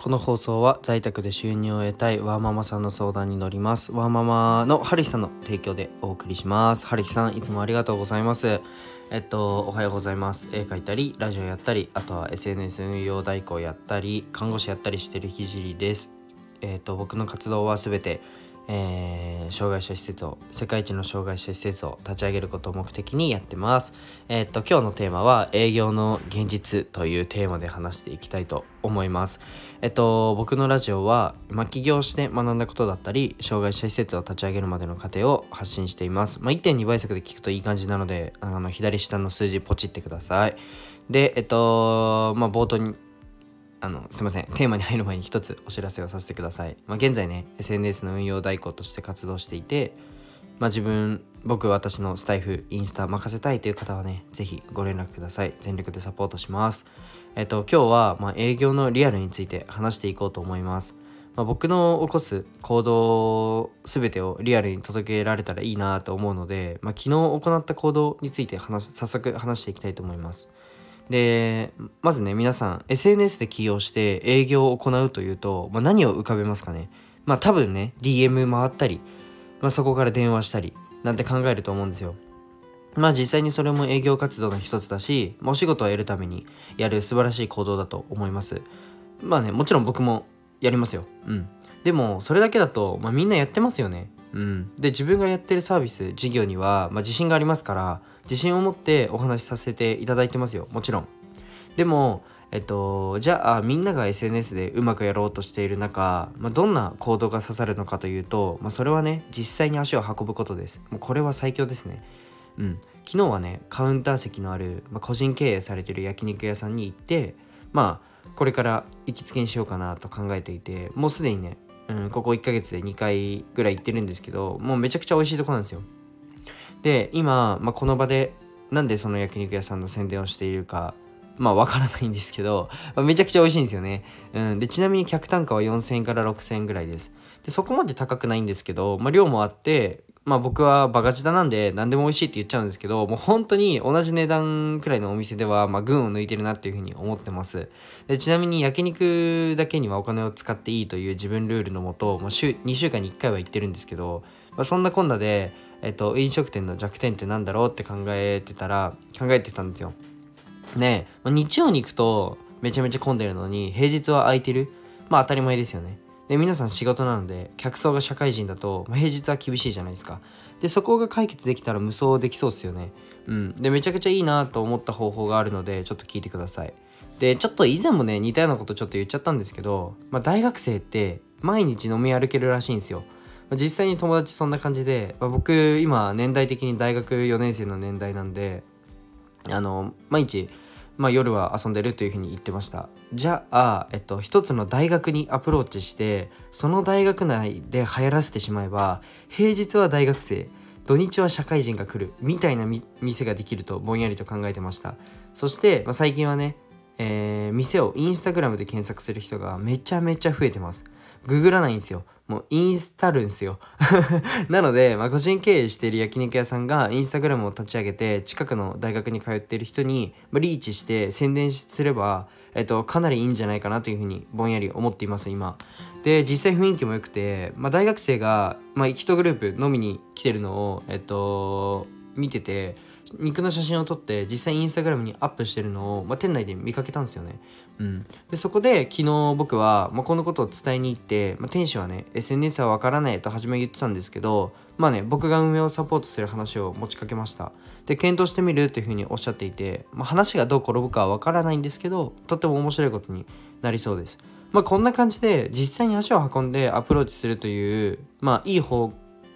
この放送は在宅で収入を得たいワーママさんの相談に乗ります。ワーママのはるひさんの提供でお送りします。はるひさん、いつもありがとうございます。おはようございます。絵描いたりラジオやったり、あとは SNS 運用代行やったり看護師やったりしてるひじりです。僕の活動はすべて障害者施設を世界一の障害者施設を立ち上げることを目的にやってます。今日のテーマは営業の現実というテーマで話していきたいと思います。僕のラジオは、起業して学んだことだったり障害者施設を立ち上げるまでの過程を発信しています。1.2 倍速で聞くといい感じなので左下の数字ポチってください。で冒頭にすいません、テーマに入る前に一つお知らせをさせてください。現在ね SNS の運用代行として活動していて、私のスタイフインスタ任せたいという方はね、ぜひご連絡ください。全力でサポートします。今日は、営業のリアルについて話していこうと思います。僕の起こす行動すべてをリアルに届けられたらいいなと思うので、昨日行った行動について早速話していきたいと思います。でまずね、皆さん SNS で起業して営業を行うというと、何を浮かべますかね。多分ね DM 回ったり、そこから電話したりなんて考えると思うんですよ。実際にそれも営業活動の一つだし、お仕事を得るためにやる素晴らしい行動だと思います。もちろん僕もやりますよ。でもそれだけだと、みんなやってますよね。で自分がやってるサービス事業には、自信がありますから、自信を持ってお話しさせていただいてますよ。もちろん。でもじゃあみんなが SNS でうまくやろうとしている中、どんな行動が刺さるのかというと、それはね、実際に足を運ぶことです。もうこれは最強ですね。昨日はね、カウンター席のある、個人経営されてる焼肉屋さんに行って、これから行きつけにしようかなと考えていて、もうすでにね、ここ1ヶ月で2回ぐらい行ってるんですけど、もうめちゃくちゃ美味しいとこなんですよ。で今、この場でなんでその焼肉屋さんの宣伝をしているかわからないんですけど、めちゃくちゃ美味しいんですよね。でちなみに客単価は4000円から6000円ぐらいです。でそこまで高くないんですけど、量もあって、僕はバカ舌なんで何でも美味しいって言っちゃうんですけど、もう本当に同じ値段くらいのお店では群を抜いてるなっていうふうに思ってます。でちなみに焼肉だけにはお金を使っていいという自分ルールのもと、2週間に1回は行ってるんですけど、そんなこんなで飲食店の弱点ってなんだろうって考えてたんですよ。ねえ、日曜に行くとめちゃめちゃ混んでるのに平日は空いてる。当たり前ですよね。で皆さん仕事なので、客層が社会人だと、平日は厳しいじゃないですか。でそこが解決できたら無双できそうですよね。でめちゃくちゃいいなと思った方法があるので、ちょっと聞いてください。でちょっと以前もね似たようなことちょっと言っちゃったんですけど、大学生って毎日飲み歩けるらしいんですよ。実際に友達そんな感じで、僕今年代的に大学4年生の年代なんで、毎日夜は遊んでるというふうに言ってました。じゃあ、一つの大学にアプローチして、その大学内で流行らせてしまえば、平日は大学生、土日は社会人が来るみたいな店ができるとぼんやりと考えてました。そして、最近はね、店をインスタグラムで検索する人がめちゃめちゃ増えてます。ググらないんですよ。もうインスタるんですよ。なので、個人経営している焼肉屋さんがインスタグラムを立ち上げて、近くの大学に通っている人に、リーチして宣伝すれば、かなりいいんじゃないかなというふうにぼんやり思っています今。で実際雰囲気も良くて、大学生が、1グループ飲みに来てるのを、見てて、肉の写真を撮って実際インスタグラムにアップしてるのを、店内で見かけたんですよね。でそこで昨日僕は、このことを伝えに行って、店主はね SNS は分からないと初め言ってたんですけど、僕が運営をサポートする話を持ちかけました。で検討してみるというふうにおっしゃっていて、話がどう転ぶかは分からないんですけど、とっても面白いことになりそうです。こんな感じで実際に足を運んでアプローチするという、いい方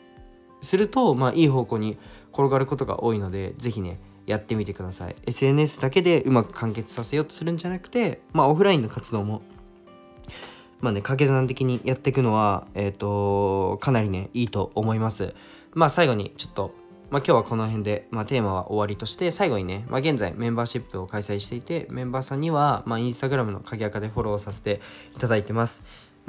向に転がることが多いので、ぜひねやってみてください。 SNS だけでうまく完結させようとするんじゃなくて、オフラインの活動も掛け算的にやっていくのはかなりねいいと思います。最後にちょっと今日はこの辺で、テーマは終わりとして、最後にね、現在メンバーシップを開催していて、メンバーさんには、インスタグラムの鍵垢でフォローさせていただいてます。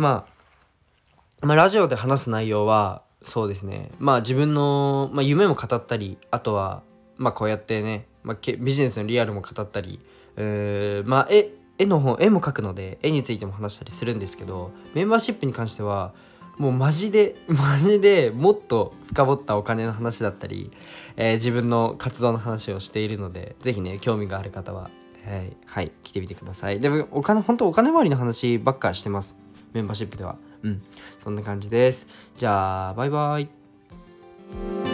ラジオで話す内容はそうですね、自分の、夢も語ったり、あとはこうやってね、ビジネスのリアルも語ったり、 絵も描くので絵についても話したりするんですけど、メンバーシップに関してはもうマジでもっと深掘ったお金の話だったり、自分の活動の話をしているので、ぜひね興味がある方ははい来てみてください。でも本当お金回りの話ばっかしてます、メンバーシップでは。そんな感じです。じゃあバイバイ。